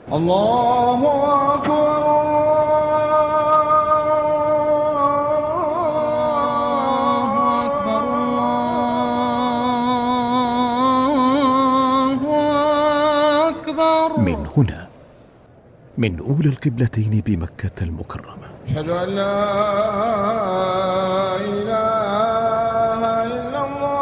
الله أكبر الله أكبر. من هنا، من أولى القبلتين بمكة المكرمة، أشهد أن لا إله إلا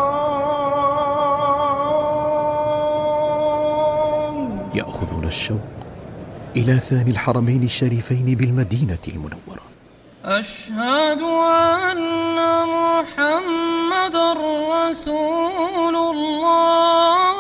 الله. يأخذنا الشوق إلى ثاني الحرمين الشريفين بالمدينة المنورة. أشهد أن محمد رسول الله.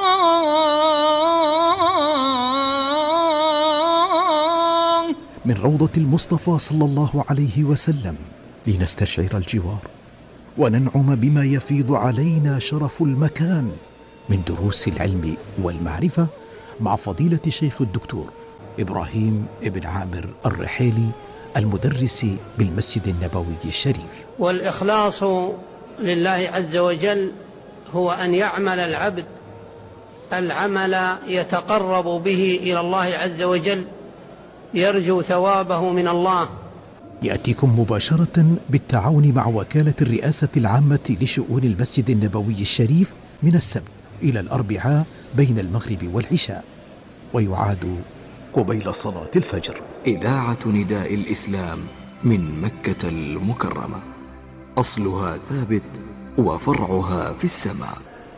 من روضة المصطفى صلى الله عليه وسلم لنستشعر الجوار وننعم بما يفيض علينا شرف المكان من دروس العلم والمعرفة مع فضيلة الشيخ الدكتور إبراهيم ابن عامر الرحيلي، المدرس بالمسجد النبوي الشريف. والإخلاص لله عز وجل هو أن يعمل العبد العمل يتقرب به إلى الله عز وجل، يرجو ثوابه من الله. يأتيكم مباشرة بالتعاون مع وكالة الرئاسة العامة لشؤون المسجد النبوي الشريف من السبت إلى الأربعاء بين المغرب والعشاء، ويعاد قبيل صلاة الفجر. إذاعة نداء الإسلام من مكة المكرمة، أصلها ثابت وفرعها في السماء.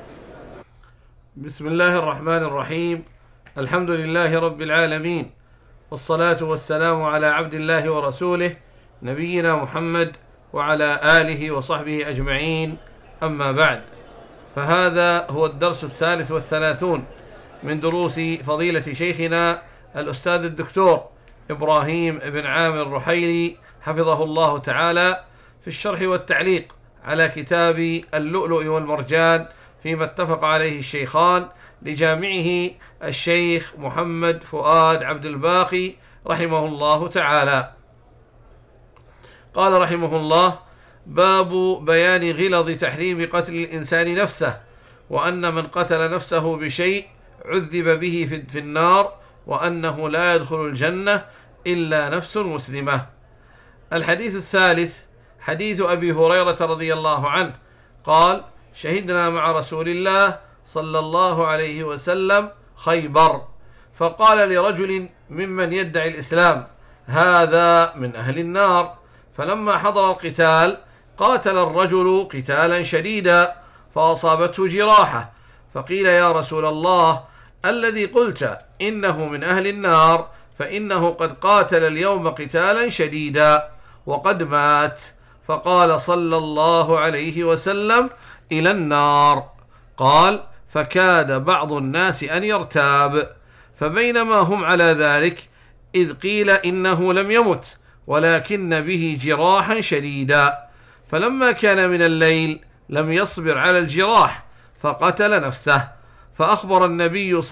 بسم الله الرحمن الرحيم. الحمد لله رب العالمين، والصلاة والسلام على عبد الله ورسوله نبينا محمد وعلى آله وصحبه أجمعين، أما بعد، فهذا هو الدرس 33 من دروس فضيلة شيخنا الأستاذ الدكتور إبراهيم بن عامر الرحيلي حفظه الله تعالى في الشرح والتعليق على كتاب اللؤلؤ والمرجان فيما اتفق عليه الشيخان لجامعه الشيخ محمد فؤاد عبد الباقي رحمه الله تعالى. قال رحمه الله: باب بيان غلظ تحريم قتل الإنسان نفسه، وأن من قتل نفسه بشيء عذب به في النار، وأنه لا يدخل الجنة إلا نفس مسلمة. الحديث الثالث حديث أبي هريرة رضي الله عنه قال: شهدنا مع رسول الله صلى الله عليه وسلم خيبر، فقال لرجل ممن يدعي الإسلام: هذا من أهل النار. فلما حضر القتال قاتل الرجل قتالا شديدا فأصابته جراحة، فقيل: يا رسول الله، الذي قلت إنه من أهل النار فإنه قد قاتل اليوم قتالا شديدا وقد مات. فقال صلى الله عليه وسلم: إلى النار. قال: فكاد بعض الناس أن يرتاب، فبينما هم على ذلك إذ قيل إنه لم يمت ولكن به جراحا شديدا، فلما كان من الليل لم يصبر على الجراح فقتل نفسه، فأخبر النبي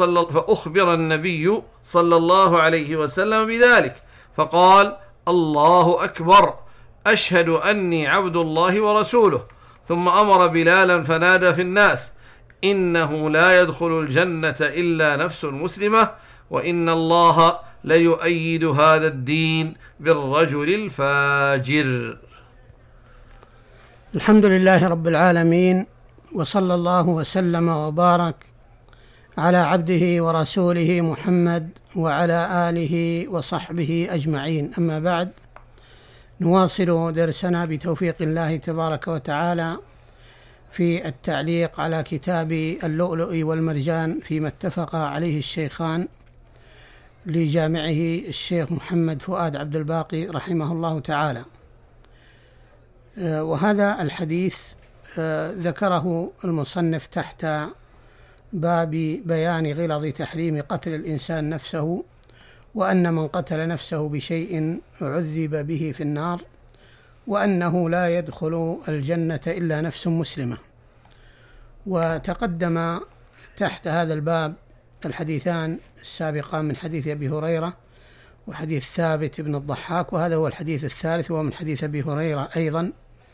صلى الله عليه وسلم بذلك، فقال: الله أكبر، أشهد أني عبد الله ورسوله. ثم أمر بلالا فنادى في الناس: إنه لا يدخل الجنة إلا نفس مسلمة، وإن الله ليؤيد هذا الدين بالرجل الفاجر. الحمد لله رب العالمين، وصلى الله وسلم وبارك على عبده ورسوله محمد وعلى آله وصحبه أجمعين، أما بعد. نواصل درسنا بتوفيق الله تبارك وتعالى في التعليق على كتاب اللؤلؤ والمرجان فيما اتفق عليه الشيخان لجامعه الشيخ محمد فؤاد عبد الباقي رحمه الله تعالى. وهذا الحديث ذكره المصنف تحت باب بيان غلظ تحريم قتل الإنسان نفسه، وأن من قتل نفسه بشيء عذب به في النار، وأنه لا يدخل الجنة إلا نفس مسلمة. وتقدم تحت هذا الباب الحديثان السابقان من حديث أبي هريرة وحديث ثابت بن الضحاك، وهذا هو الحديث الثالث وهو من حديث أبي هريرة أيضا.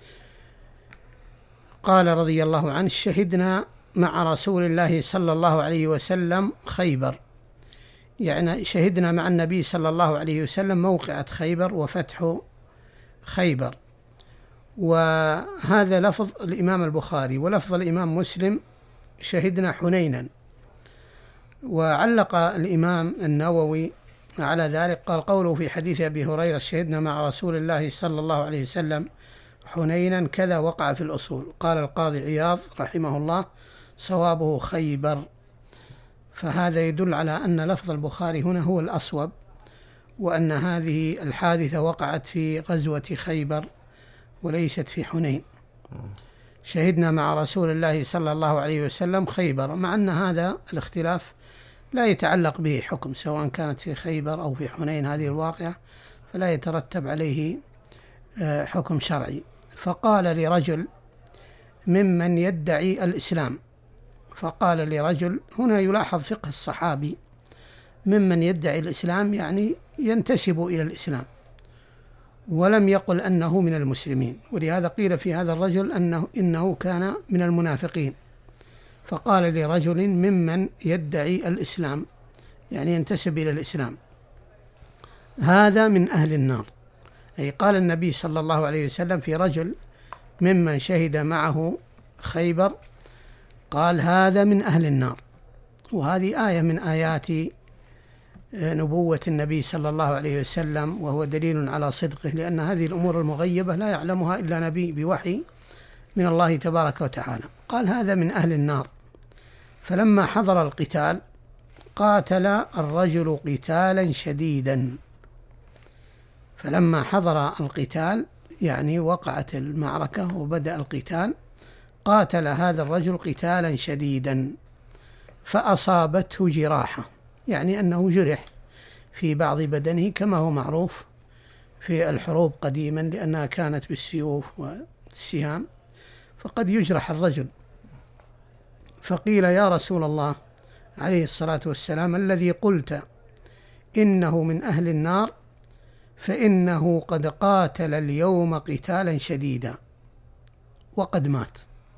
قال رضي الله عنه: شهدنا مع رسول الله صلى الله عليه وسلم خيبر، يعني شهدنا مع النبي صلى الله عليه وسلم موقعة خيبر وفتح خيبر. وهذا لفظ الإمام البخاري، ولفظ الإمام مسلم شهدنا حنينا. وعلق الإمام النووي على ذلك قال: قوله في حديث أبي هريرة شهدنا مع رسول الله صلى الله عليه وسلم حنينا كذا وقع في الأصول. قال القاضي عياض رحمه الله: صوابه خيبر. فهذا يدل على أن لفظ البخاري هنا هو الأصوب، وأن هذه الحادثة وقعت في غزوة خيبر وليست في حنين. شهدنا مع رسول الله صلى الله عليه وسلم خيبر، مع أن هذا الاختلاف لا يتعلق به حكم، سواء كانت في خيبر أو في حنين هذه الواقعة، فلا يترتب عليه حكم شرعي. فقال لرجل ممن يدعي الإسلام، فقال لرجل، هنا يلاحظ فقه الصحابي، ممن يدعي الإسلام يعني ينتسب إلى الإسلام، ولم يقل أنه من المسلمين، ولهذا قيل في هذا الرجل إنه كان من المنافقين. فقال لرجل ممن يدعي الإسلام يعني ينتسب إلى الإسلام: هذا من أهل النار. أي قال النبي صلى الله عليه وسلم في رجل ممن شهد معه خيبر، قال: هذا من أهل النار. وهذه آية من آيات نبوة النبي صلى الله عليه وسلم، وهو دليل على صدقه، لأن هذه الأمور المغيبة لا يعلمها إلا نبي بوحي من الله تبارك وتعالى. قال: هذا من أهل النار. فلما حضر القتال قاتل الرجل قتالا شديدا. فلما حضر القتال يعني وقعت المعركة وبدأ القتال، قاتل هذا الرجل قتالا شديدا فأصابته جراحة، يعني أنه جرح في بعض بدنه، كما هو معروف في الحروب قديما، لأنها كانت بالسيوف والسهام، فقد يجرح الرجل. فقيل: يا رسول الله عليه الصلاة والسلام، الذي قلت إنه من أهل النار فإنه قد قاتل اليوم قتالا شديدا وقد مات.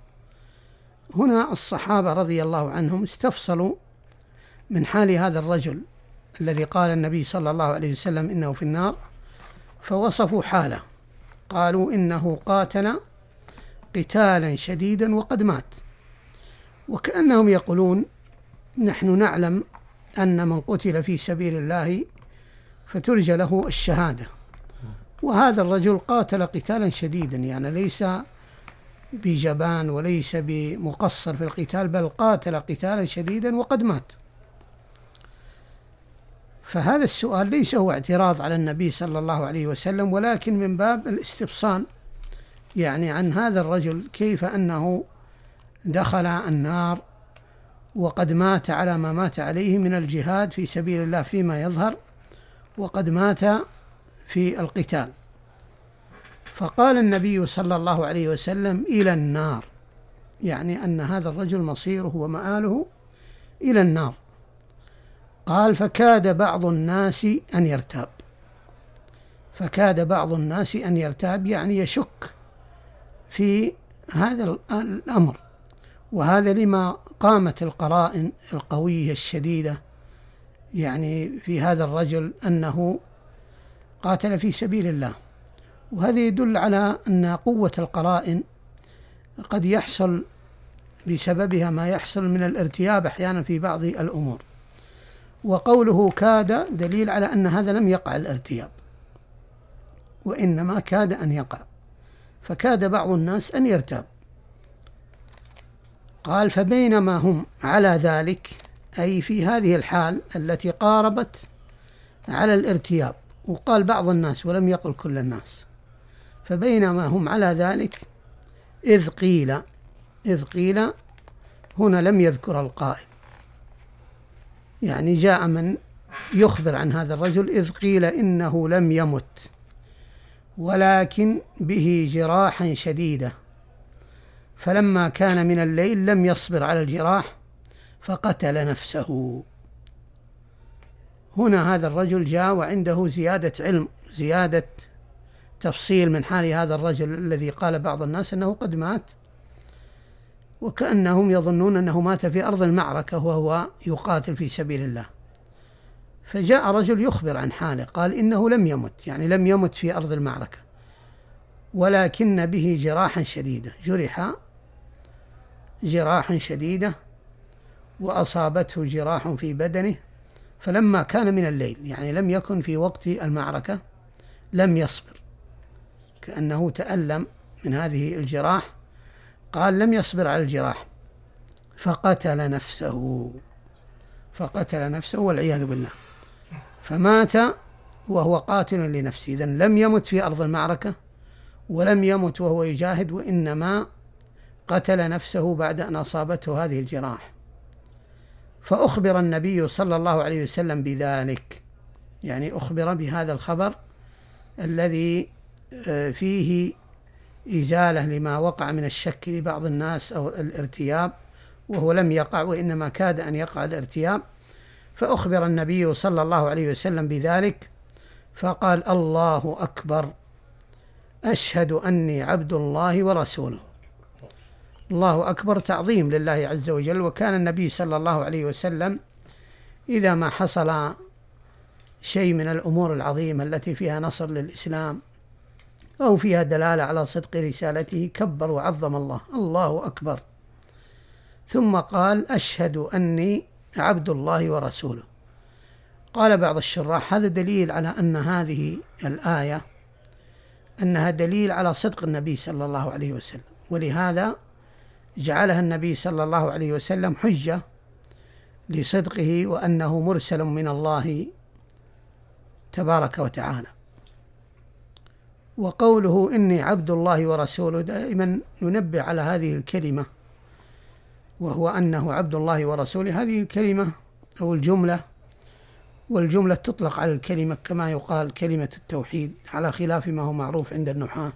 هنا الصحابة رضي الله عنهم استفصلوا من حال هذا الرجل الذي قال النبي صلى الله عليه وسلم إنه في النار، فوصفوا حاله، قالوا إنه قاتل قتالا شديدا وقد مات، وكأنهم يقولون: نحن نعلم أن من قتل في سبيل الله فترجى له الشهادة، وهذا الرجل قاتل قتالا شديدا، يعني ليس بجبان وليس بمقصر في القتال، بل قاتل قتالا شديدا وقد مات. فهذا السؤال ليس هو اعتراض على النبي صلى الله عليه وسلم، ولكن من باب الاستفصال يعني عن هذا الرجل، كيف أنه دخل النار وقد مات على ما مات عليه من الجهاد في سبيل الله فيما يظهر، وقد مات في القتال. فقال النبي صلى الله عليه وسلم: إلى النار، يعني أن هذا الرجل مصيره ومآله إلى النار. قال: فكاد بعض الناس أن يرتاب. فكاد بعض الناس أن يرتاب يعني يشك في هذا الأمر، وهذا لما قامت القرائن القوية الشديدة يعني في هذا الرجل أنه قاتل في سبيل الله. وهذا يدل على أن قوة القرائن قد يحصل بسببها ما يحصل من الارتياب أحيانا في بعض الأمور. وقوله كاد دليل على أن هذا لم يقع الارتياب، وإنما كاد أن يقع، فكاد بعض الناس أن يرتاب. قال: فبينما هم على ذلك، أي في هذه الحال التي قاربت على الارتياب، وقال بعض الناس ولم يقل كل الناس، فبينما هم على ذلك إذ قيل هنا لم يذكر القائل، يعني جاء من يخبر عن هذا الرجل إذ قيل إنه لم يمت ولكن به جراح شديدة، فلما كان من الليل لم يصبر على الجراح فقتل نفسه. هنا هذا الرجل جاء وعنده زيادة علم، زيادة تفصيل من حال هذا الرجل الذي قال بعض الناس أنه قد مات، وكأنهم يظنون أنه مات في أرض المعركة وهو يقاتل في سبيل الله. فجاء رجل يخبر عن حاله، قال إنه لم يمت، يعني لم يمت في أرض المعركة، ولكن به جراحا شديدة، جرح جراحا شديدة وأصابته جراح في بدنه، فلما كان من الليل، يعني لم يكن في وقت المعركة، لم يصبر، كأنه تألم من هذه الجراح، قال لم يصبر على الجراح فقتل نفسه والعياذ بالله، فمات وهو قاتل لنفسه. إذن لم يمت في أرض المعركة ولم يمت وهو يجاهد، وإنما قتل نفسه بعد أن أصابته هذه الجراح. فأخبر النبي صلى الله عليه وسلم بذلك، يعني أخبر بهذا الخبر الذي فيه إزالة لما وقع من الشك لبعض الناس أو الارتياب، وهو لم يقع وإنما كاد أن يقع الارتياب. فأخبر النبي صلى الله عليه وسلم بذلك، فقال: الله أكبر، أشهد أني عبد الله ورسوله. الله أكبر تعظيم لله عز وجل. وكان النبي صلى الله عليه وسلم إذا ما حصل شيء من الأمور العظيمة التي فيها نصر للإسلام أو فيها دلالة على صدق رسالته كبر وعظم الله، الله أكبر، ثم قال: أشهد أني عبد الله ورسوله. قال بعض الشراح: هذا دليل على أن هذه الآية أنها دليل على صدق النبي صلى الله عليه وسلم، ولهذا جعلها النبي صلى الله عليه وسلم حجة لصدقه وأنه مرسل من الله تبارك وتعالى. وقوله إني عبد الله ورسوله دائما ننبه على هذه الكلمة، وهو أنه عبد الله ورسوله. هذه الكلمة أو الجملة، والجملة تطلق على الكلمة كما يقال كلمة التوحيد، على خلاف ما هو معروف عند النحاة.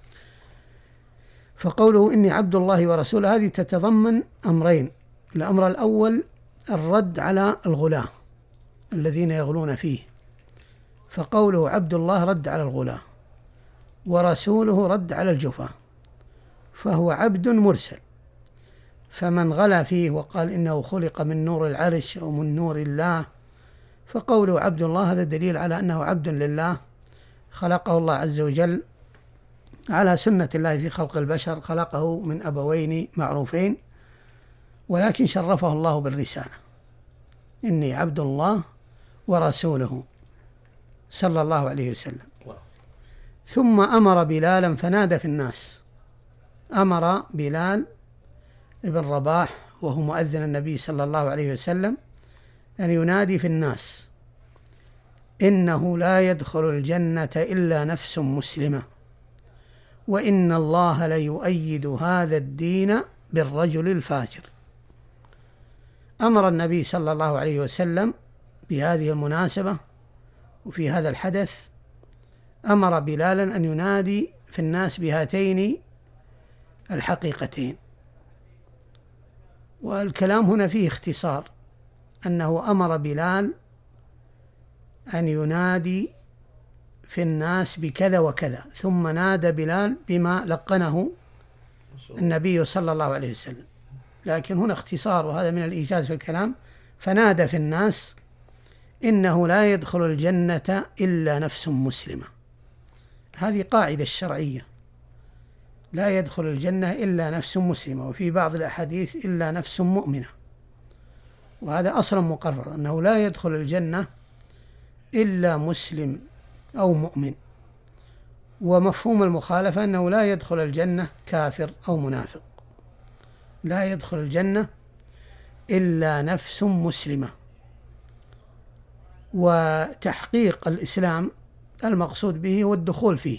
فقوله إني عبد الله ورسوله هذه تتضمن أمرين: الأمر الأول الرد على الغلاة الذين يغلون فيه، فقوله عبد الله رد على الغلاة، ورسوله رد على الجفاة، فهو عبد مرسل. فمن غلا فيه وقال إنه خلق من نور العرش أو من نور الله، فقوله عبد الله هذا دليل على أنه عبد لله، خلقه الله عز وجل على سنة الله في خلق البشر، خلقه من أبوين معروفين، ولكن شرفه الله بالرسالة: إني عبد الله ورسوله صلى الله عليه وسلم. ثم أمر بلالا فنادى في الناس. أمر بلال ابن رباح وهو مؤذن النبي صلى الله عليه وسلم أن ينادي في الناس: إنه لا يدخل الجنة إلا نفس مسلمة، وإن الله ليؤيد هذا الدين بالرجل الفاجر. أمر النبي صلى الله عليه وسلم بهذه المناسبة وفي هذا الحدث، أمر بلالا أن ينادي في الناس بهاتين الحقيقتين. والكلام هنا فيه اختصار، أنه أمر بلال أن ينادي في الناس بكذا وكذا، ثم نادى بلال بما لقنه النبي صلى الله عليه وسلم، لكن هنا اختصار، وهذا من الإيجاز في الكلام. فنادى في الناس: إنه لا يدخل الجنة إلا نفس مسلمة. هذه قاعدة الشرعية: لا يدخل الجنة إلا نفس مسلمة، وفي بعض الأحاديث إلا نفس مؤمنة، وهذا أصلا مقرر أنه لا يدخل الجنة إلا مسلم أو مؤمن. ومفهوم المخالفة أنه لا يدخل الجنة كافر أو منافق، لا يدخل الجنة إلا نفس مسلمة. وتحقيق الإسلام المقصود به هو الدخول فيه،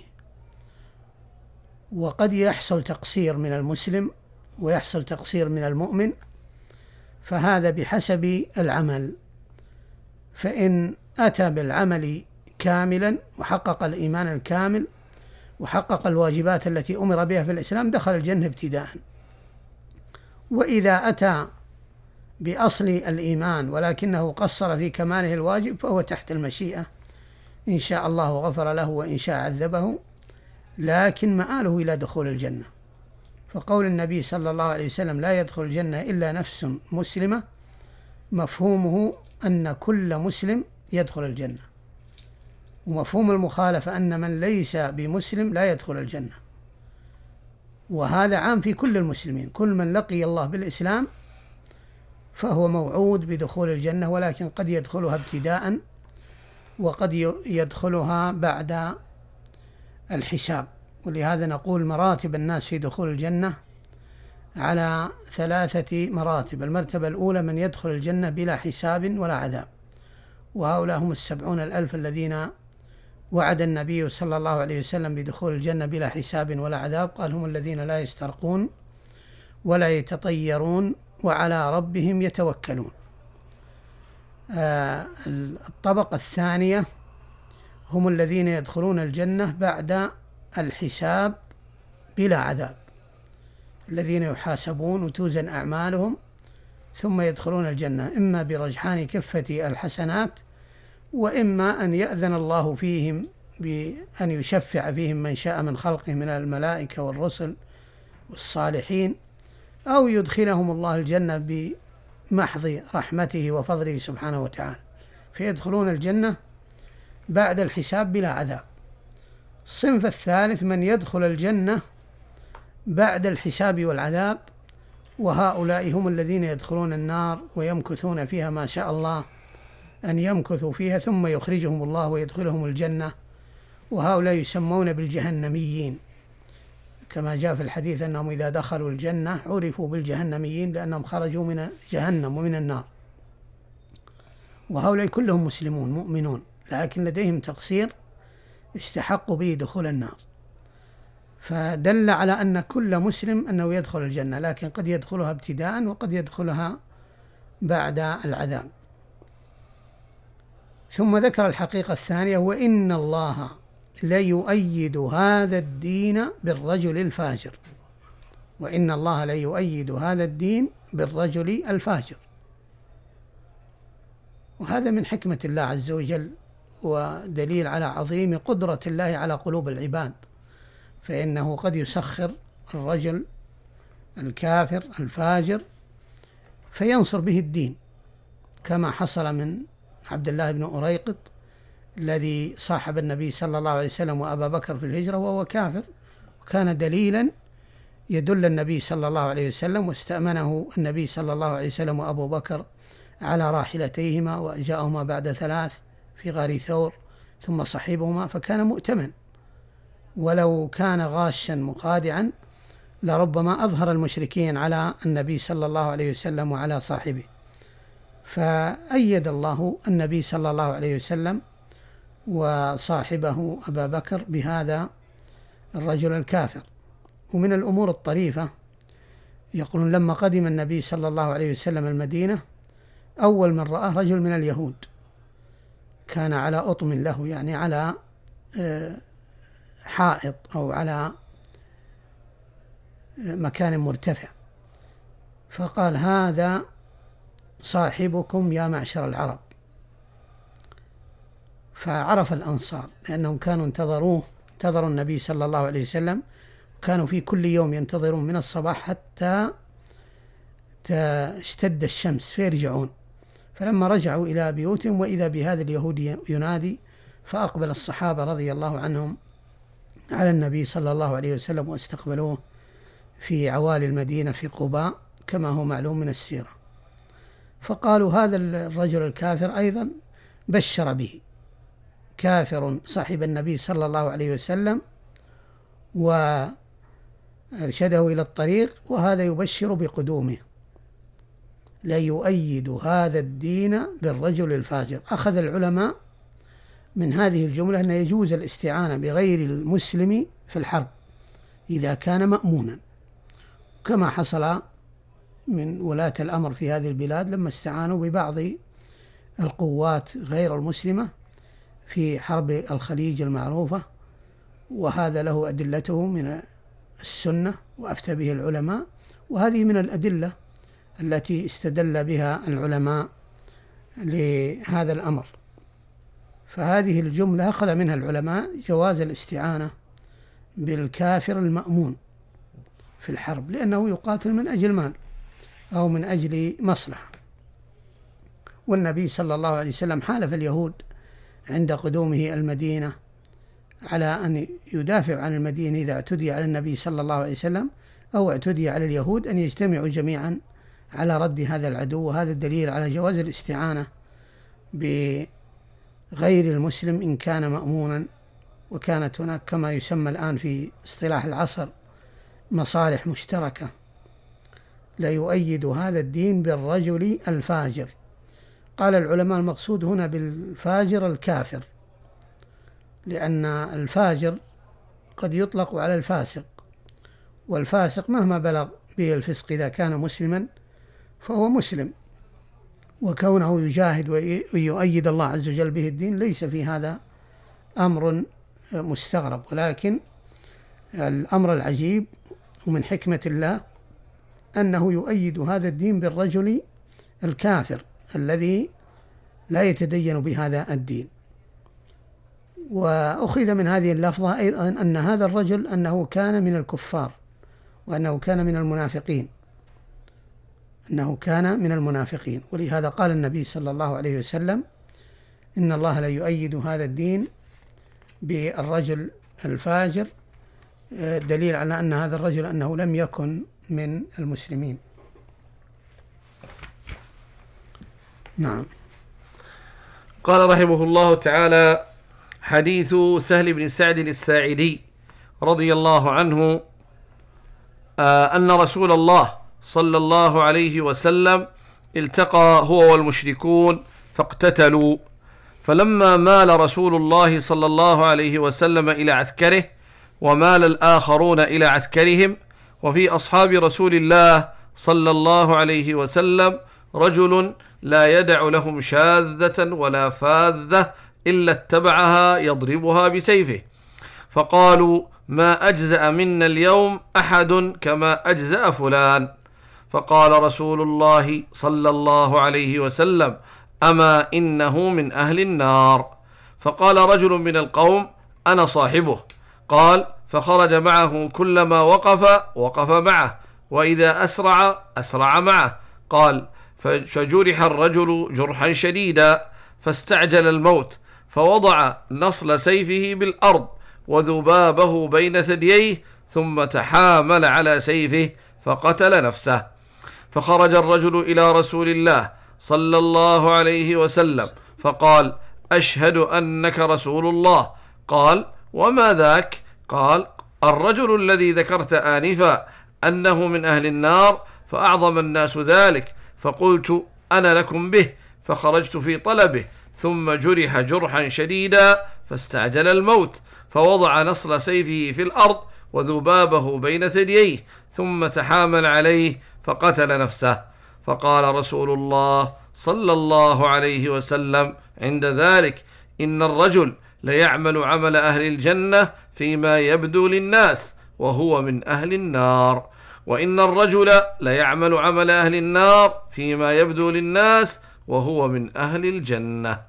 وقد يحصل تقصير من المسلم ويحصل تقصير من المؤمن، فهذا بحسب العمل. فإن أتى بالعمل كاملا وحقق الإيمان الكامل وحقق الواجبات التي أمر بها في الإسلام دخل الجنة ابتداء. وإذا أتى بأصل الإيمان ولكنه قصر في كماله الواجب فهو تحت المشيئة، إن شاء الله غفر له وإن شاء عذبه، لكن مآله إلى دخول الجنة. فقول النبي صلى الله عليه وسلم: لا يدخل الجنة إلا نفس مسلمة، مفهومه أن كل مسلم يدخل الجنة، ومفهوم المخالفة أن من ليس بمسلم لا يدخل الجنة، وهذا عام في كل المسلمين. كل من لقي الله بالإسلام فهو موعود بدخول الجنة، ولكن قد يدخلها ابتداء وقد يدخلها بعد الحساب. ولهذا نقول مراتب الناس في دخول الجنة على 3 مراتب. المرتبة الأولى من يدخل الجنة بلا حساب ولا عذاب، وهؤلاء هم 70,000 الذين وعد النبي صلى الله عليه وسلم بدخول الجنة بلا حساب ولا عذاب. قال هم الذين لا يسترقون ولا يتطيرون وعلى ربهم يتوكلون. الطبقة الثانية هم الذين يدخلون الجنة بعد الحساب بلا عذاب، الذين يحاسبون وتوزن أعمالهم ثم يدخلون الجنة، إما برجحان كفة الحسنات، وإما أن يأذن الله فيهم بأن يشفع فيهم من شاء من خلقه من الملائكة والرسل والصالحين، أو يدخلهم الله الجنة بمحض رحمته وفضله سبحانه وتعالى، فيدخلون الجنة بعد الحساب بلا عذاب. الصنف الثالث من يدخل الجنة بعد الحساب والعذاب، وهؤلاء هم الذين يدخلون النار ويمكثون فيها ما شاء الله أن يمكثوا فيها، ثم يخرجهم الله ويدخلهم الجنة، وهؤلاء يسمون بالجهنميين، كما جاء في الحديث أنهم إذا دخلوا الجنة عرفوا بالجهنميين لأنهم خرجوا من جهنم ومن النار. وهؤلاء كلهم مسلمون مؤمنون، لكن لديهم تقصير استحقوا به دخول النار، فدل على أن كل مسلم أنه يدخل الجنة، لكن قد يدخلها ابتداء وقد يدخلها بعد العذاب. ثم ذكر الحقيقة الثانية: وإن الله ليؤيد هذا الدين بالرجل الفاجر. وإن الله ليؤيد هذا الدين بالرجل الفاجر. وهذا من حكمة الله عز وجل، ودليل على عظيم قدرة الله على قلوب العباد، فإنه قد يسخر الرجل الكافر الفاجر فينصر به الدين، كما حصل من عبد الله بن أريقط الذي صاحب النبي صلى الله عليه وسلم وأبا بكر في الهجرة وهو كافر، وكان دليلا يدل النبي صلى الله عليه وسلم، واستأمنه النبي صلى الله عليه وسلم وأبو بكر على راحلتيهما، وجاءهما بعد 3 في غار ثور، ثم صحيبهما، فكان مؤتمن، ولو كان غاشا مخادعا لربما أظهر المشركين على النبي صلى الله عليه وسلم وعلى صاحبه. فأيد الله النبي صلى الله عليه وسلم وصاحبه أبا بكر بهذا الرجل الكافر. ومن الأمور الطريفة يقولون لما قدم النبي صلى الله عليه وسلم المدينة أول من رآه رجل من اليهود، كان على أطم له، يعني على حائط أو على مكان مرتفع، فقال: هذا صاحبكم يا معشر العرب. فعرف الأنصار لأنهم كانوا انتظروا النبي صلى الله عليه وسلم، كانوا في كل يوم ينتظرون من الصباح حتى تشتد الشمس فيرجعون. فلما رجعوا إلى بيوتهم وإذا بهذا اليهودي ينادي، فأقبل الصحابة رضي الله عنهم على النبي صلى الله عليه وسلم واستقبلوه في عوالي المدينة في قباء كما هو معلوم من السيرة. فقالوا: هذا الرجل الكافر أيضا بشر به، كافر صاحب النبي صلى الله عليه وسلم وأرشده إلى الطريق، وهذا يبشر بقدومه. لا يؤيد هذا الدين بالرجل الفاجر. أخذ العلماء من هذه الجملة أن يجوز الاستعانة بغير المسلم في الحرب إذا كان مأمونا، كما حصل من ولاة الأمر في هذه البلاد لما استعانوا ببعض القوات غير المسلمة في حرب الخليج المعروفة، وهذا له أدلته من السنة وأفتى به العلماء، وهذه من الأدلة التي استدل بها العلماء لهذا الأمر. فهذه الجملة أخذ منها العلماء جواز الاستعانة بالكافر المأمون في الحرب، لأنه يقاتل من أجل مال أو من أجل مصلحة. والنبي صلى الله عليه وسلم حالف اليهود عند قدومه المدينة على أن يدافع عن المدينة إذا اعتدي على النبي صلى الله عليه وسلم أو اعتدي على اليهود، أن يجتمعوا جميعا على رد هذا العدو. وهذا الدليل على جواز الاستعانة بغير المسلم إن كان مأمونا. وكانت هناك كما يسمى الآن في اصطلاح العصر مصالح مشتركة. لا يؤيد هذا الدين بالرجل الفاجر. قال العلماء المقصود هنا بالفاجر الكافر، لأن الفاجر قد يطلق على الفاسق، والفاسق مهما بلغ به الفسق إذا كان مسلما فهو مسلم، وكونه يجاهد ويؤيد الله عز وجل به الدين ليس في هذا أمر مستغرب. ولكن الأمر العجيب ومن حكمة الله أنه يؤيد هذا الدين بالرجل الكافر الذي لا يتدين بهذا الدين. وأخذ من هذه اللفظة أيضا أن هذا الرجل أنه كان من الكفار، وأنه كان من المنافقين، ولهذا قال النبي صلى الله عليه وسلم إن الله لا يؤيد هذا الدين بالرجل الفاجر، دليل على أن هذا الرجل أنه لم يكن من المسلمين. نعم. قال رحمه الله تعالى: حديث سهل بن سعد الساعدي رضي الله عنه أن رسول الله صلى الله عليه وسلم التقى هو والمشركون فاقتتلوا، فلما مال رسول الله صلى الله عليه وسلم إلى عسكره ومال الآخرون إلى عسكرهم، وفي أصحاب رسول الله صلى الله عليه وسلم رجل لا يدع لهم شاذة ولا فاذة إلا اتبعها يضربها بسيفه، فقالوا ما أجزأ منا اليوم أحد كما أجزأ فلان، فقال رسول الله صلى الله عليه وسلم أما إنه من أهل النار. فقال رجل من القوم أنا صاحبه. قال فخرج معه كلما وقف معه، وإذا أسرع معه. قال فجرح الرجل جرحا شديدا فاستعجل الموت، فوضع نصل سيفه بالأرض وذبابه بين ثدييه، ثم تحامل على سيفه فقتل نفسه. فخرج الرجل إلى رسول الله صلى الله عليه وسلم فقال أشهد أنك رسول الله. قال وما ذاك؟ قال الرجل الذي ذكرت آنفا أنه من أهل النار، فأعظم الناس ذلك، فقلت أنا لكم به، فخرجت في طلبه، ثم جرح جرحا شديدا فاستعجل الموت، فوضع نصل سيفه في الأرض وذبابه بين ثدييه، ثم تحامل عليه فقتل نفسه. فقال رسول الله صلى الله عليه وسلم عند ذلك إن الرجل ليعمل عمل أهل الجنة فيما يبدو للناس وهو من أهل النار، وإن الرجل ليعمل عمل أهل النار فيما يبدو للناس وهو من أهل الجنة.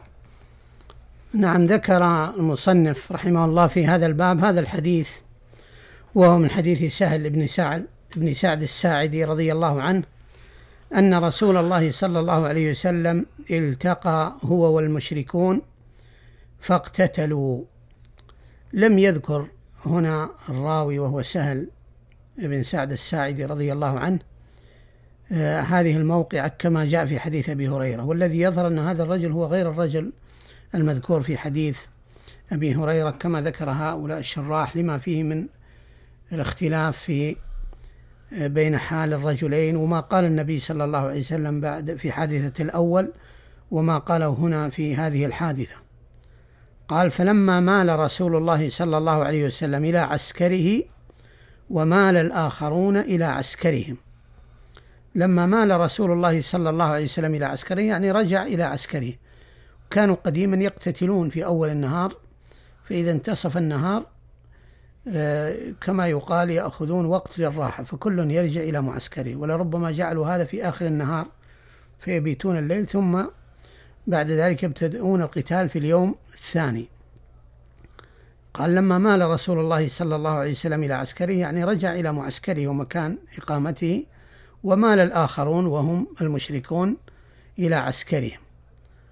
نعم. ذكر المصنف رحمه الله في هذا الباب هذا الحديث، وهو من حديث سهل بن سعد الساعدي رضي الله عنه أن رسول الله صلى الله عليه وسلم التقى هو والمشركون فاقتتلوا. لم يذكر هنا الراوي وهو سهل بن سعد الساعدي رضي الله عنه هذه الموقعة كما جاء في حديث أبي هريرة، والذي يظهر أن هذا الرجل هو غير الرجل المذكور في حديث أبي هريرة كما ذكر هؤلاء الشراح، لما فيه من الاختلاف بين حال الرجلين، وما قال النبي صلى الله عليه وسلم بعد في حادثة الأول وما قاله هنا في هذه الحادثة. قال فلما مال رسول الله صلى الله عليه وسلم إلى عسكره ومال الآخرون إلى عسكرهم. لما مال رسول الله صلى الله عليه وسلم إلى عسكره يعني رجع إلى عسكره. كانوا قديما يقتتلون في أول النهار، فإذا انتصف النهار كما يقال يأخذون وقت للراحة، فكل يرجع إلى معسكره، ولربما جعلوا هذا في آخر النهار فيبيتون الليل، ثم بعد ذلك يبتدئون القتال في اليوم الثاني. قال لما مال رسول الله صلى الله عليه وسلم إلى عسكره يعني رجع إلى معسكره ومكان إقامته، ومال الآخرون وهم المشركون إلى عسكرهم.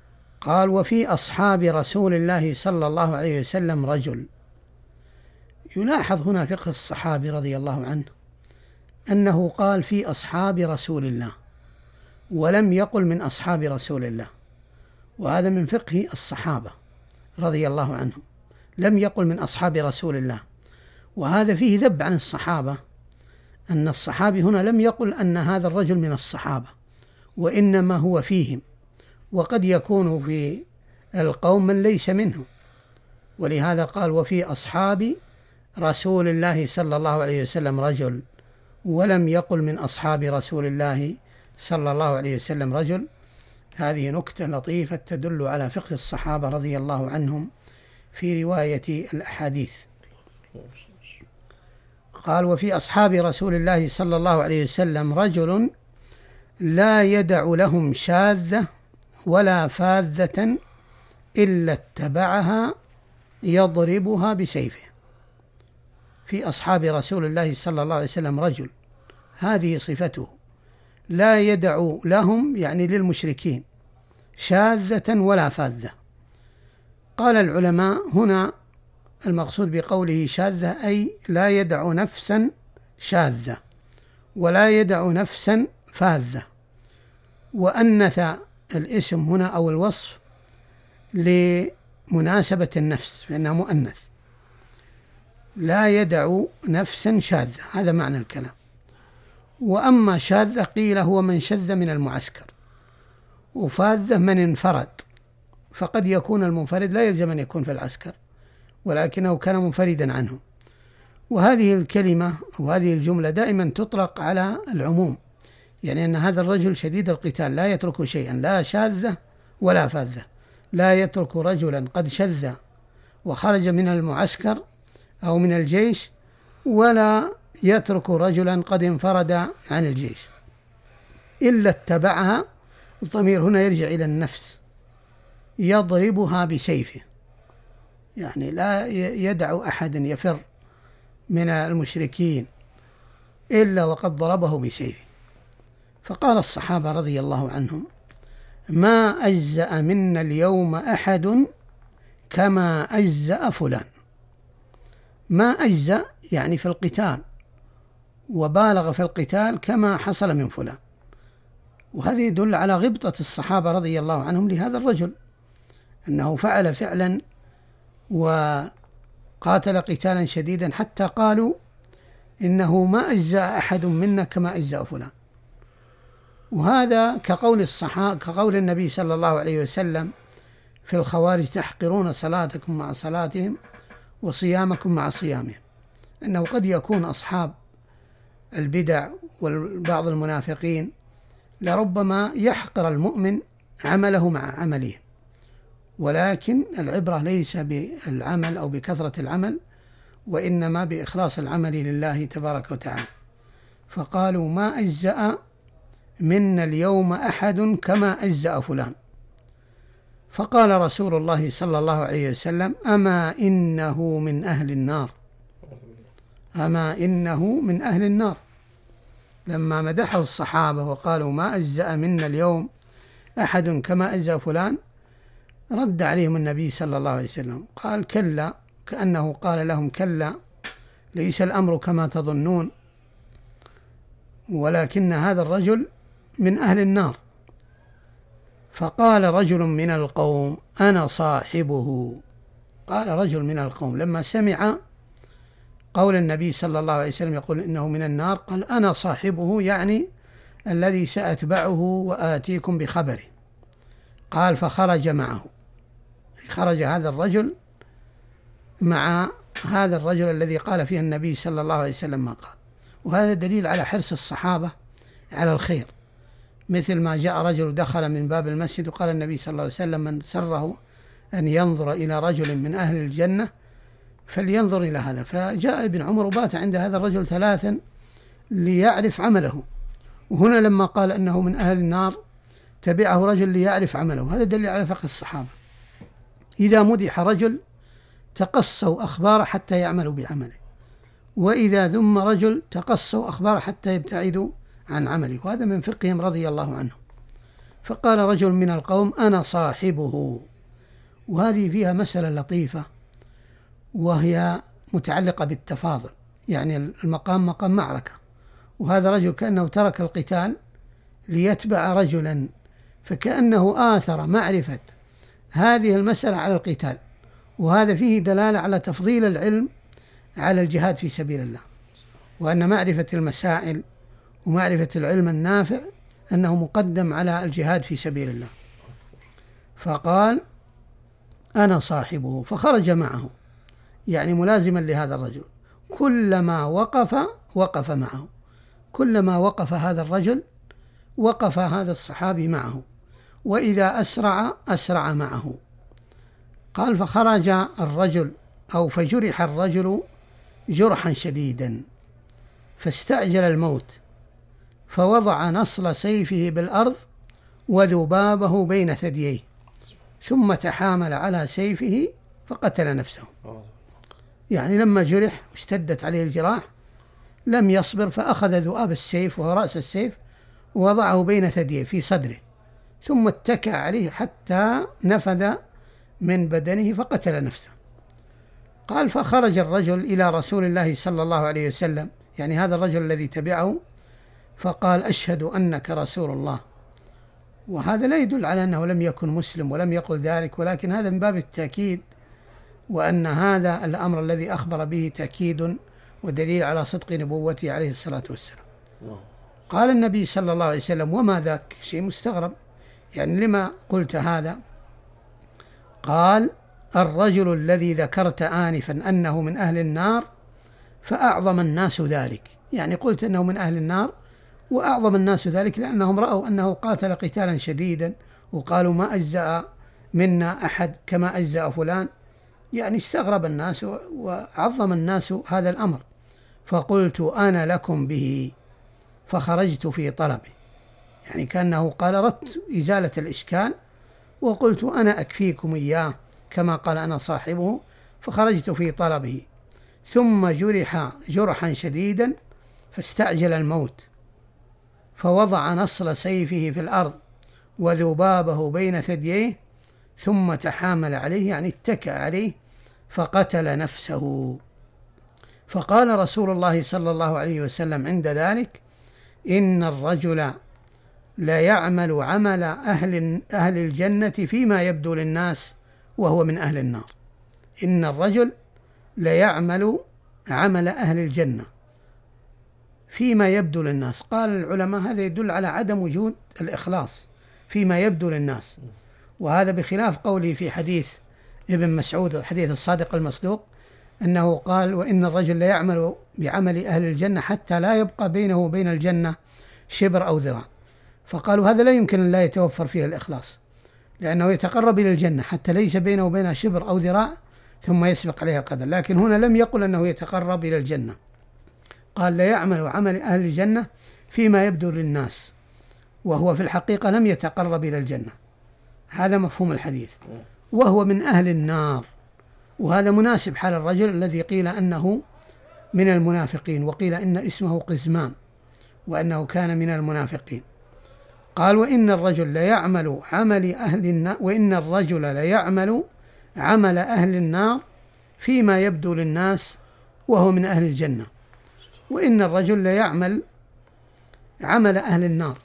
قال: وفي أصحاب رسول الله صلى الله عليه وسلم رجل. يلاحظ هنا فقه الصحابي رضي الله عنه أنه قال في أصحاب رسول الله ولم يقل من أصحاب رسول الله، وهذا من فقه الصحابة رضي الله عنهم، لم يقل من أصحاب رسول الله، وهذا فيه ذب عن الصحابة، أن الصحابي هنا لم يقل أن هذا الرجل من الصحابة، وإنما هو فيهم، وقد يكون في القوم من ليس منهم، ولهذا قال: وفي أصحاب رسول الله صلى الله عليه وسلم رجل، ولم يقل من أصحاب رسول الله صلى الله عليه وسلم رجل. هذه نكتة لطيفة تدل على فقه الصحابة رضي الله عنهم في رواية الأحاديث. قال: وفي أصحاب رسول الله صلى الله عليه وسلم رجل لا يدع لهم شاذة ولا فاذة إلا اتبعها يضربها بسيفه. في أصحاب رسول الله صلى الله عليه وسلم رجل، هذه صفته، لا يدع لهم يعني للمشركين شاذة ولا فاذة. قال العلماء هنا المقصود بقوله شاذة أي لا يدع نفسا شاذة ولا يدع نفسا فاذة، وأنث الاسم هنا أو الوصف لمناسبة النفس فإنها مؤنث، لا يدع نفسا شاذة، هذا معنى الكلام. وأما شاذة قيل هو من شذ من المعسكر، وفاذة من انفرد، فقد يكون المنفرد لا يلزم أن يكون في العسكر ولكنه كان منفردا عنهم. وهذه الكلمة وهذه الجملة دائما تطلق على العموم، يعني أن هذا الرجل شديد القتال لا يترك شيئا، لا شاذة ولا فاذة، لا يترك رجلا قد شذ وخرج من المعسكر أو من الجيش، ولا يترك رجلا قد انفرد عن الجيش، إلا اتبعها. الضمير هنا يرجع إلى النفس، يضربها بسيفه، يعني لا يدع أحد يفر من المشركين إلا وقد ضربه بسيفه. فقال الصحابة رضي الله عنهم: ما أجزأ منا اليوم أحد كما أجزأ فلان. ما أجزأ يعني في القتال، وبالغ في القتال كما حصل من فلان. وهذا يدل على غبطة الصحابة رضي الله عنهم لهذا الرجل، أنه فعل فعلا وقاتل قتالا شديدا حتى قالوا إنه ما أجزأ أحد منا كما أجزأ فلان. وهذا كقول النبي صلى الله عليه وسلم في الخوارج: تحقرون صلاتكم مع صلاتهم وصيامكم مع صيامهم. أنه قد يكون أصحاب البدع وبعض المنافقين لربما يحقر المؤمن عمله مع عمله، ولكن العبرة ليس بالعمل أو بكثرة العمل، وإنما بإخلاص العمل لله تبارك وتعالى. فقالوا: ما أجزأ منا اليوم أحد كما أجزأ فلان. فقال رسول الله صلى الله عليه وسلم: أما إنه من أهل النار، أما إنه من أهل النار. لما مدحه الصحابة وقالوا: ما أجزأ منا اليوم أحد كما أجزأ فلان، رد عليهم النبي صلى الله عليه وسلم قال: كلا، كأنه قال لهم: كلا، ليس الأمر كما تظنون، ولكن هذا الرجل من أهل النار. فقال رجل من القوم: أنا صاحبه. قال رجل من القوم لما سمع قول النبي صلى الله عليه وسلم يقول إنه من النار، قال: أنا صاحبه، يعني الذي سأتبعه وآتيكم بخبره. قال: فخرج معه، خرج هذا الرجل مع هذا الرجل الذي قال فيه النبي صلى الله عليه وسلم ما قال. وهذا دليل على حرص الصحابة على الخير، مثل ما جاء رجل دخل من باب المسجد وقال النبي صلى الله عليه وسلم: من سره أن ينظر إلى رجل من أهل الجنة فلينظر إلى هذا. فجاء ابن عمر وبات عند هذا الرجل 3 ليعرف عمله، وهنا لما قال أنه من أهل النار تبعه رجل ليعرف عمله. هذا دليل على فقه الصحابة، إذا مدح رجل تقصوا أخباره حتى يعملوا بعمله، وإذا ذم رجل تقصوا أخباره حتى يبتعدوا عن عمله. وهذا من فقههم رضي الله عنهم. فقال رجل من القوم أنا صاحبه. وهذه فيها مسألة لطيفة وهي متعلقة بالتفاضل، يعني المقام مقام معركة، وهذا رجل كأنه ترك القتال ليتبع رجلا، فكأنه آثر معرفة هذه المسألة على القتال، وهذا فيه دلالة على تفضيل العلم على الجهاد في سبيل الله، وأن معرفة المسائل ومعرفة العلم النافع أنه مقدم على الجهاد في سبيل الله. فقال أنا صاحبه، فخرج معه، يعني ملازما لهذا الرجل، كلما وقف معه، كلما وقف هذا الرجل وقف هذا الصحابي معه، وإذا أسرع معه. قال فخرج الرجل أو فجرح الرجل جرحا شديدا فاستعجل الموت، فوضع نصل سيفه بالأرض وذبابه بين ثدييه، ثم تحامل على سيفه فقتل نفسه. يعني لما جرح واشتدت عليه الجراح لم يصبر، فأخذ ذؤاب السيف وهو رأس السيف ووضعه بين ثدييه في صدره، ثم اتكأ عليه حتى نفذ من بدنه فقتل نفسه. قال فخرج الرجل إلى رسول الله صلى الله عليه وسلم، يعني هذا الرجل الذي تبعه، فقال أشهد أنك رسول الله. وهذا لا يدل على أنه لم يكن مسلم ولم يقل ذلك، ولكن هذا من باب التأكيد، وأن هذا الأمر الذي أخبر به تأكيد ودليل على صدق نبوته عليه الصلاة والسلام. قال النبي صلى الله عليه وسلم وما ذاك؟ شيء مستغرب، يعني لما قلت هذا؟ قال الرجل الذي ذكرت آنفا أنه من أهل النار فأعظم الناس ذلك، يعني قلت أنه من أهل النار وأعظم الناس ذلك لأنهم رأوا أنه قاتل قتالا شديدا وقالوا ما أجزأ منا أحد كما أجزأ فلان، يعني استغرب الناس وعظم الناس هذا الأمر. فقلت أنا لكم به فخرجت في طلبه، يعني كأنه قال أردت إزالة الإشكال وقلت أنا أكفيكم إياه كما قال أنا صاحبه، فخرجت في طلبه، ثم جرح جرحا شديدا فاستعجل الموت، فوضع نصل سيفه في الأرض وذبابه بين ثدييه، ثم تحامل عليه، يعني اتكأ عليه فقتل نفسه. فقال رسول الله صلى الله عليه وسلم عند ذلك إن الرجل لا يعمل عمل أهل الجنة فيما يبدو للناس وهو من أهل النار. إن الرجل لا يعمل عمل أهل الجنة فيما يبدو للناس. قال العلماء هذا يدل على عدم وجود الإخلاص فيما يبدو للناس، وهذا بخلاف قوله في حديث ابن مسعود حديث الصادق المصدوق أنه قال وإن الرجل لا يعمل بعمل أهل الجنة حتى لا يبقى بينه وبين الجنة شبر أو ذراع. فقالوا هذا لا يمكن أن لا يتوفر فيه الإخلاص، لأنه يتقرب إلى الجنة حتى ليس بينه وبينها شبر أو ذراع ثم يسبق عليها القدر، لكن هنا لم يقل أنه يتقرب إلى الجنة، قال لا يعمل عمل أهل الجنة فيما يبدو للناس وهو في الحقيقة لم يتقرب إلى الجنة. هذا مفهوم الحديث، وهو من أهل النار. وهذا مناسب حال الرجل الذي قيل أنه من المنافقين، وقيل إن اسمه قزمان وأنه كان من المنافقين. قال وإن الرجل لا يعمل عمل أهل النار، وإن الرجل لا يعمل عمل أهل النار فيما يبدو للناس وهو من أهل الجنة، وإن الرجل لا يعمل عمل أهل النار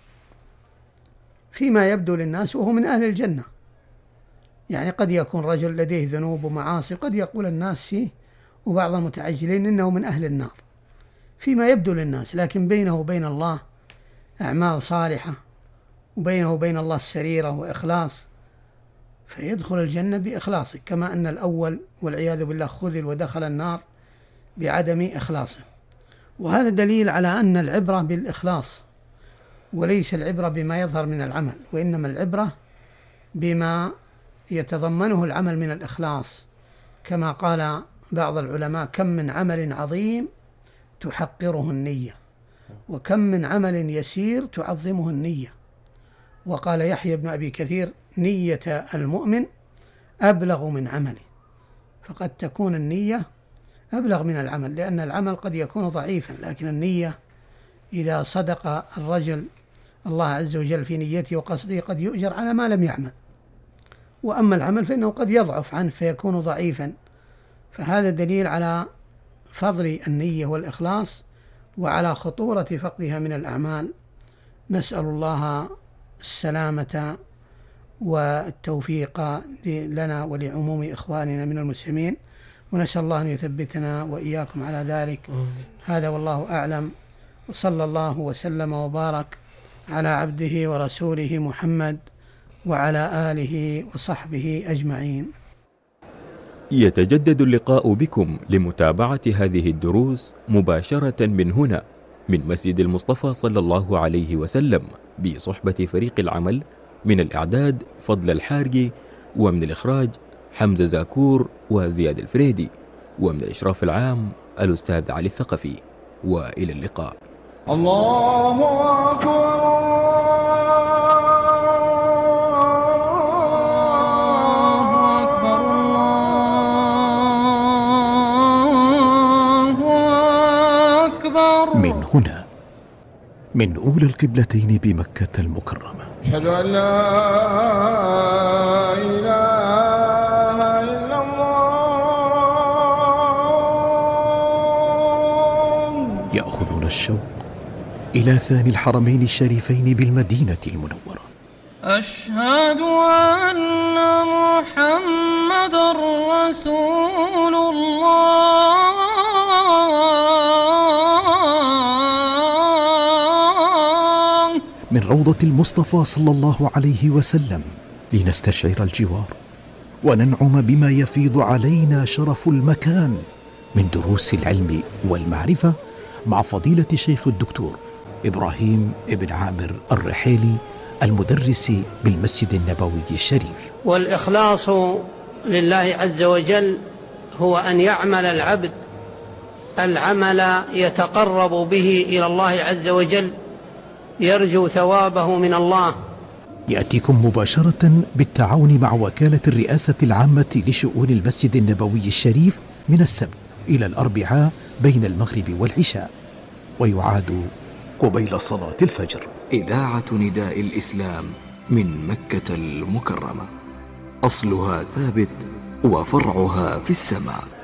فيما يبدو للناس وهو من أهل الجنة. يعني قد يكون رجل لديه ذنوب ومعاصي، قد يقول الناس فيه وبعض المتعجلين إنه من أهل النار فيما يبدو للناس، لكن بينه وبين الله أعمال صالحة وبينه وبين الله السريرة وإخلاص، فيدخل الجنة بإخلاصه، كما أن الأول والعياذ بالله خذل ودخل النار بعدم إخلاصه. وهذا دليل على أن العبرة بالإخلاص وليس العبرة بما يظهر من العمل، وإنما العبرة بما يتضمنه العمل من الإخلاص، كما قال بعض العلماء كم من عمل عظيم تحقره النية، وكم من عمل يسير تعظمه النية. وقال يحيى بن أبي كثير نية المؤمن أبلغ من عمله، فقد تكون النية أبلغ من العمل، لأن العمل قد يكون ضعيفا، لكن النية إذا صدق الرجل الله عز وجل في نيته وقصده قد يؤجر على ما لم يعمل، وأما العمل فإنه قد يضعف عنه فيكون ضعيفا. فهذا دليل على فضل النية والإخلاص وعلى خطورة فقدها من الأعمال. نسأل الله السلامة والتوفيق لنا ولعموم إخواننا من المسلمين، ونسأل الله أن يثبتنا وإياكم على ذلك. هذا والله أعلم، وصلى الله وسلم وبارك على عبده ورسوله محمد وعلى آله وصحبه أجمعين. يتجدد اللقاء بكم لمتابعة هذه الدروس مباشرة من هنا، من مسجد المصطفى صلى الله عليه وسلم، بصحبة فريق العمل من الإعداد فضل الحارقي، ومن الإخراج حمزة زاكور وزياد الفريدي، ومن الإشراف العام الأستاذ علي الثقفي. وإلى اللقاء. الله أكبر. من هنا، من أولى القبلتين بمكة المكرمة، أشهد أن لا إله إلا الله. يأخذون الشوق إلى ثاني الحرمين الشريفين بالمدينة المنورة. أشهد أن محمد رسول الله. من روضة المصطفى صلى الله عليه وسلم لنستشعر الجوار وننعم بما يفيض علينا شرف المكان من دروس العلم والمعرفة مع فضيلة الشيخ الدكتور إبراهيم بن عامر الرحيلي، المدرس بالمسجد النبوي الشريف. والإخلاص لله عز وجل هو أن يعمل العبد العمل يتقرب به إلى الله عز وجل، يرجو ثوابه من الله. يأتيكم مباشرة بالتعاون مع وكالة الرئاسة العامة لشؤون المسجد النبوي الشريف من السبت إلى الأربعاء بين المغرب والعشاء، ويعاد قبيل صلاة الفجر. إذاعة نداء الإسلام من مكة المكرمة، أصلها ثابت وفرعها في السماء.